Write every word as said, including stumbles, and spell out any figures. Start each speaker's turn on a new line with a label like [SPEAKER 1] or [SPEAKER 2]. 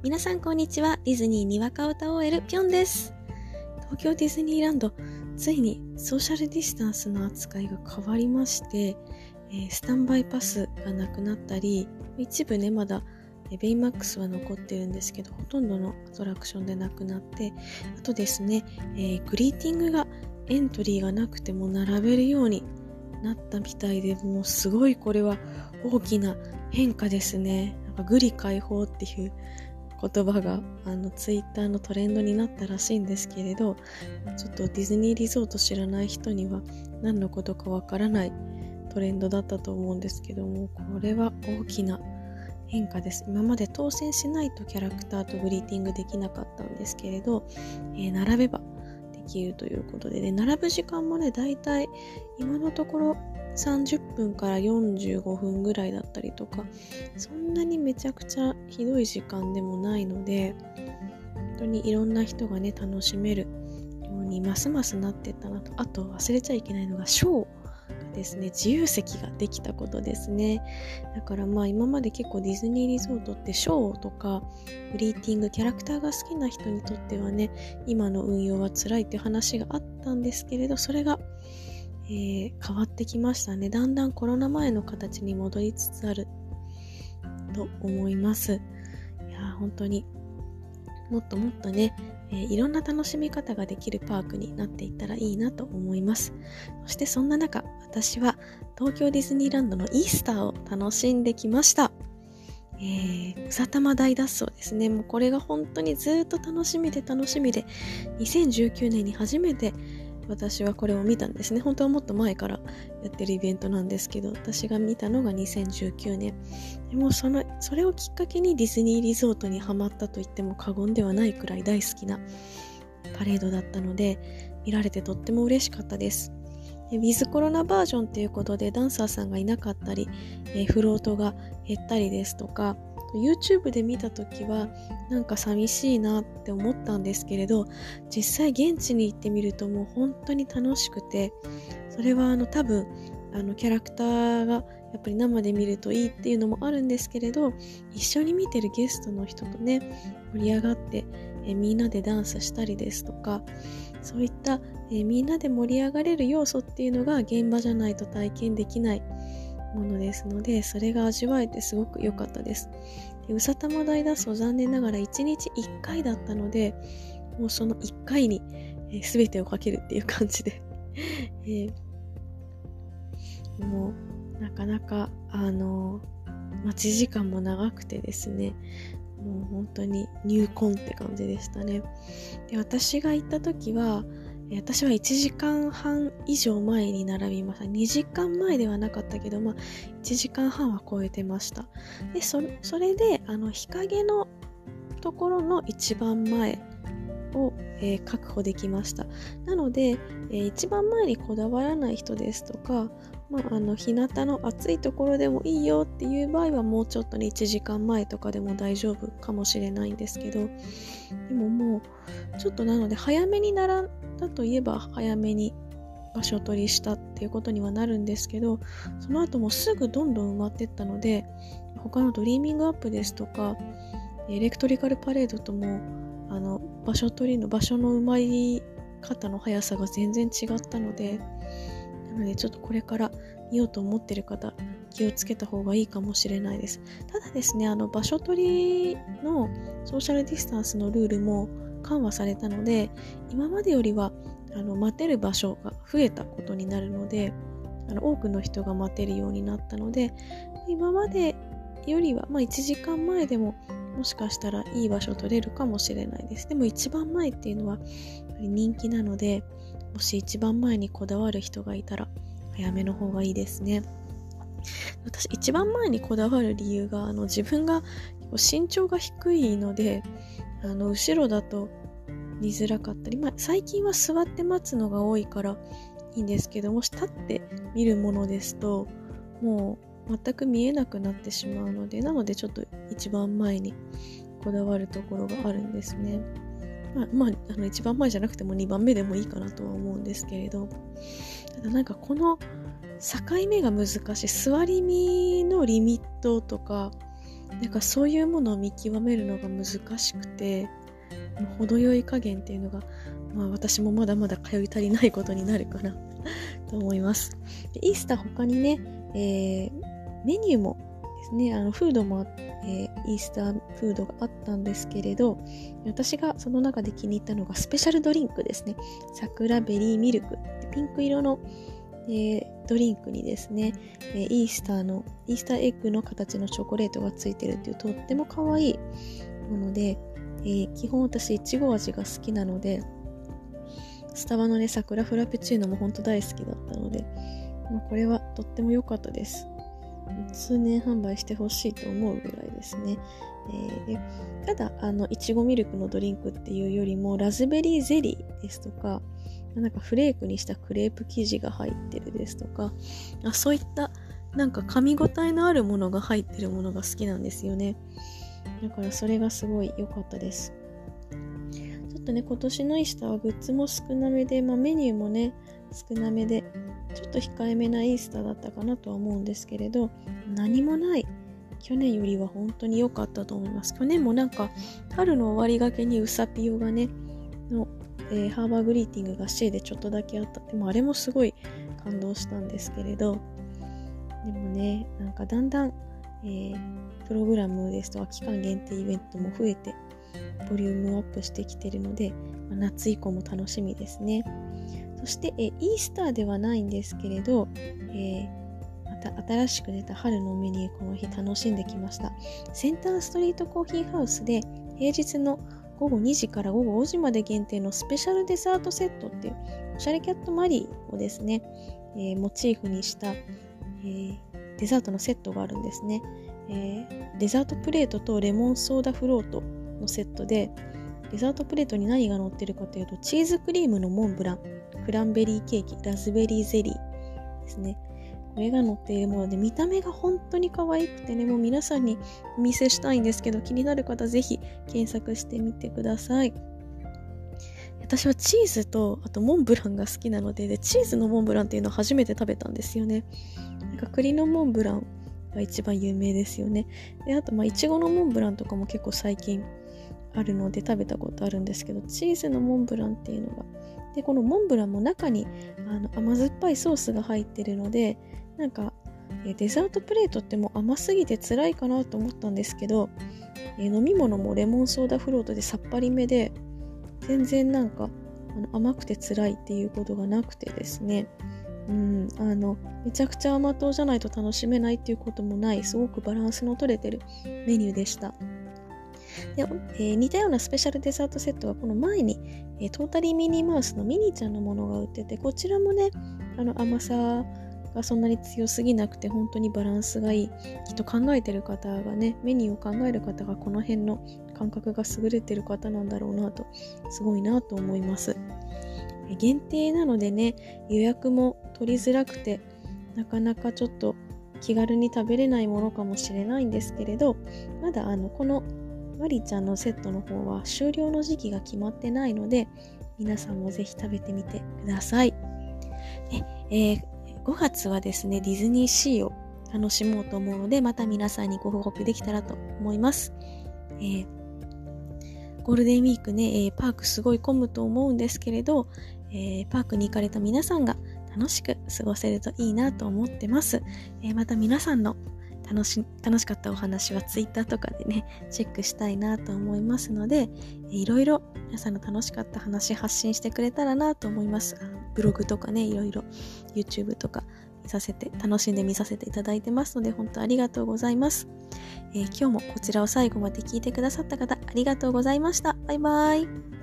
[SPEAKER 1] 皆さんこんにちは。ディズニーにわか歌 オーエル ぴょんです。東京ディズニーランド、ついにソーシャルディスタンスの扱いが変わりまして、えー、スタンバイパスがなくなったり、一部ねまだベイマックスは残ってるんですけど、ほとんどのアトラクションでなくなって、あとですね、えー、グリーティングがエントリーがなくても並べるようになったみたいで、もうすごいこれは大きな変化ですね。なんかグリ解放っていう言葉があのツイッターのトレンドになったらしいんですけれど、ちょっとディズニーリゾート知らない人には何のことかわからないトレンドだったと思うんですけども、これは大きな変化です。今まで当選しないとキャラクターとグリーティングできなかったんですけれど、えー、並べばできるということで、ね、並ぶ時間もねだいたい今のところさんじゅっぷんからよんじゅうごふんぐらいだったりとか、そんなにめちゃくちゃひどい時間でもないので、本当にいろんな人がね楽しめるようにますますなっていったなと。あと忘れちゃいけないのがショーですね、自由席ができたことですね。だからまあ今まで結構ディズニーリゾートってショーとかグリーティング、キャラクターが好きな人にとってはね今の運用は辛いっていう話があったんですけれど、それが、えー、変わってきましたね。だんだんコロナ前の形に戻りつつあると思います。いや本当にもっともっとねえー、いろんな楽しみ方ができるパークになっていったらいいなと思います。そしてそんな中、私は東京ディズニーランドのイースターを楽しんできました。えー、うさたま大脱走ですね。もうこれが本当にずっと楽しみで楽しみで、にせんじゅうきゅうねんに初めて私はこれを見たんですね。本当はもっと前からやってるイベントなんですけど、私が見たのがにせんじゅうきゅうねん。でもそのそれをきっかけにディズニーリゾートにハマったと言っても過言ではないくらい大好きなパレードだったので、見られてとっても嬉しかったです。でウィズコロナバージョンということでダンサーさんがいなかったり、えー、フロートが減ったりですとか、YouTube で見たときはなんか寂しいなって思ったんですけれど、実際現地に行ってみるともう本当に楽しくて、それはあの多分あのキャラクターがやっぱり生で見るといいっていうのもあるんですけれど、一緒に見てるゲストの人とね盛り上がってえみんなでダンスしたりですとか、そういったえみんなで盛り上がれる要素っていうのが現場じゃないと体験できないものですので、それが味わえてすごく良かったです。でうさたま大脱走残念ながらいちにちいっかいだったので、もうそのいっかいに、えー、全てをかけるっていう感じで、えー、もうなかなかあの待ち時間も長くてですね、もう本当に入魂って感じでしたね。で私が行った時は私はいちじかんはん以上前に並びました。にじかんまえではなかったけど、まあ、いちじかんはんは超えてました。で、そ、それで、あの、日陰のところの一番前を、えー、確保できました。なので、えー、一番前にこだわらない人ですとか、まあ、あの、日向の暑いところでもいいよっていう場合は、もうちょっとね、いちじかんまえとかでも大丈夫かもしれないんですけど、でももう、ちょっとなので、早めに並んだといえば、早めに場所取りしたっていうことにはなるんですけど、その後もすぐどんどん埋まっていったので、他のドリーミングアップですとか、エレクトリカルパレードとも、あの、場所取りの場所の埋まり方の速さが全然違ったので、なのでちょっとこれから見ようと思ってる方気をつけた方がいいかもしれないです。ただですね、あの場所取りのソーシャルディスタンスのルールも緩和されたので、今までよりはあの待てる場所が増えたことになるので、あの多くの人が待てるようになったので、今までよりは、まあ、いちじかんまえでももしかしたらいい場所取れるかもしれないです。でも一番前っていうのはやっぱり人気なので、もし一番前にこだわる人がいたら早めの方がいいですね。私一番前にこだわる理由が、あの自分が身長が低いので、あの後ろだと見づらかったり、まあ、最近は座って待つのが多いからいいんですけど、もし立って見るものですともう全く見えなくなってしまうので、なのでちょっと一番前にこだわるところがあるんですね。まあ、まあ、あの一番前じゃなくてもにばんめでもいいかなとは思うんですけれど、ただなんかこの境目が難しい。座り身のリミットとか、 なんかそういうものを見極めるのが難しくて、程よい加減っていうのが、まあ私もまだまだ通い足りないことになるかなと思います。でイースター他にね、えー、メニューもですね、あのフードも、えー、イースターフードがあったんですけれど、私がその中で気に入ったのがスペシャルドリンクですね。桜ベリーミルクってピンク色の、えー、ドリンクにですね、えー、イースターのイースターエッグの形のチョコレートがついてるっていうとっても可愛いもので、えー、基本私いちご味が好きなので、スタバのね桜フラペチーノも本当大好きだったので、まあ、これはとっても良かったです。通年販売してほしいと思うぐらいですね。えー、ただあのいちごミルクのドリンクっていうよりもラズベリーゼリーですとか、なんかフレークにしたクレープ生地が入ってるですとか、あそういったなんか噛み応えのあるものが入ってるものが好きなんですよね。だからそれがすごい良かったです。ちょっとね今年のイースターはグッズも少なめで、まあ、メニューもね少なめでちょっと控えめなイースターだったかなとは思うんですけれど、何もない去年よりは本当に良かったと思います。去年もなんか春の終わりがけにウサピオがねの、えー、ハーバーグリーティングが シー でちょっとだけあった。でもあれもすごい感動したんですけれど、でもねなんかだんだん、えー、プログラムですとか期間限定イベントも増えてボリュームアップしてきているので、まあ、夏以降も楽しみですね。そして、えー、イースターではないんですけれど、えー、また新しく出た春のメニューこの日楽しんできました。センターストリートコーヒーハウスで平日のごごにじからごごごじまで限定のスペシャルデザートセットっていうおしゃれキャットマリーをですね、えー、モチーフにした、えー、デザートのセットがあるんですね。えー、デザートプレートとレモンソーダフロートのセットで、デザートプレートに何が乗ってるかというとチーズクリームのモンブラン、クランベリーケーキ、ラズベリーゼリーですね。これが乗っているもので見た目が本当に可愛くてね、もう皆さんにお見せしたいんですけど、気になる方ぜひ検索してみてください。私はチーズとあとモンブランが好きなので、でチーズのモンブランっていうのを初めて食べたんですよね。なんか栗のモンブランが一番有名ですよね。であとまあいちごのモンブランとかも結構最近あるので食べたことあるんですけど、チーズのモンブランっていうのがで、このモンブランも中にあの甘酸っぱいソースが入ってるので、なんかデザートプレートってもう甘すぎて辛いかなと思ったんですけど、飲み物もレモンソーダフロートでさっぱりめで、全然なんかあの甘くて辛いっていうことがなくてですね、うん、あのめちゃくちゃ甘党じゃないと楽しめないっていうこともない、すごくバランスの取れてるメニューでした。で、えー、似たようなスペシャルデザートセットはこの前に、えー、トータリーミニーマウスのミニーちゃんのものが売ってて、こちらもねあの甘さがそんなに強すぎなくて本当にバランスがいい。きっと考えてる方がね、メニューを考える方がこの辺の感覚が優れてる方なんだろうなと、すごいなと思います。限定なのでね、予約も取りづらくてなかなかちょっと気軽に食べれないものかもしれないんですけれど、まだあのこのマリちゃんのセットの方は終了の時期が決まってないので、皆さんもぜひ食べてみてください。で、えー、ごがつはですね、ディズニーシーを楽しもうと思うので、また皆さんにご報告できたらと思います。えー、ゴールデンウィークね、えー、パークすごい混むと思うんですけれど、えー、パークに行かれた皆さんが楽しく過ごせるといいなと思ってます。えー、また皆さんの楽し、楽しかったお話はツイッターとかでね、チェックしたいなと思いますので、いろいろ皆さんの楽しかった話発信してくれたらなと思います。ブログとかね、いろいろ YouTube とか見させて、楽しんで見させていただいてますので、本当ありがとうございます。えー、今日もこちらを最後まで聞いてくださった方、ありがとうございました。バイバイ。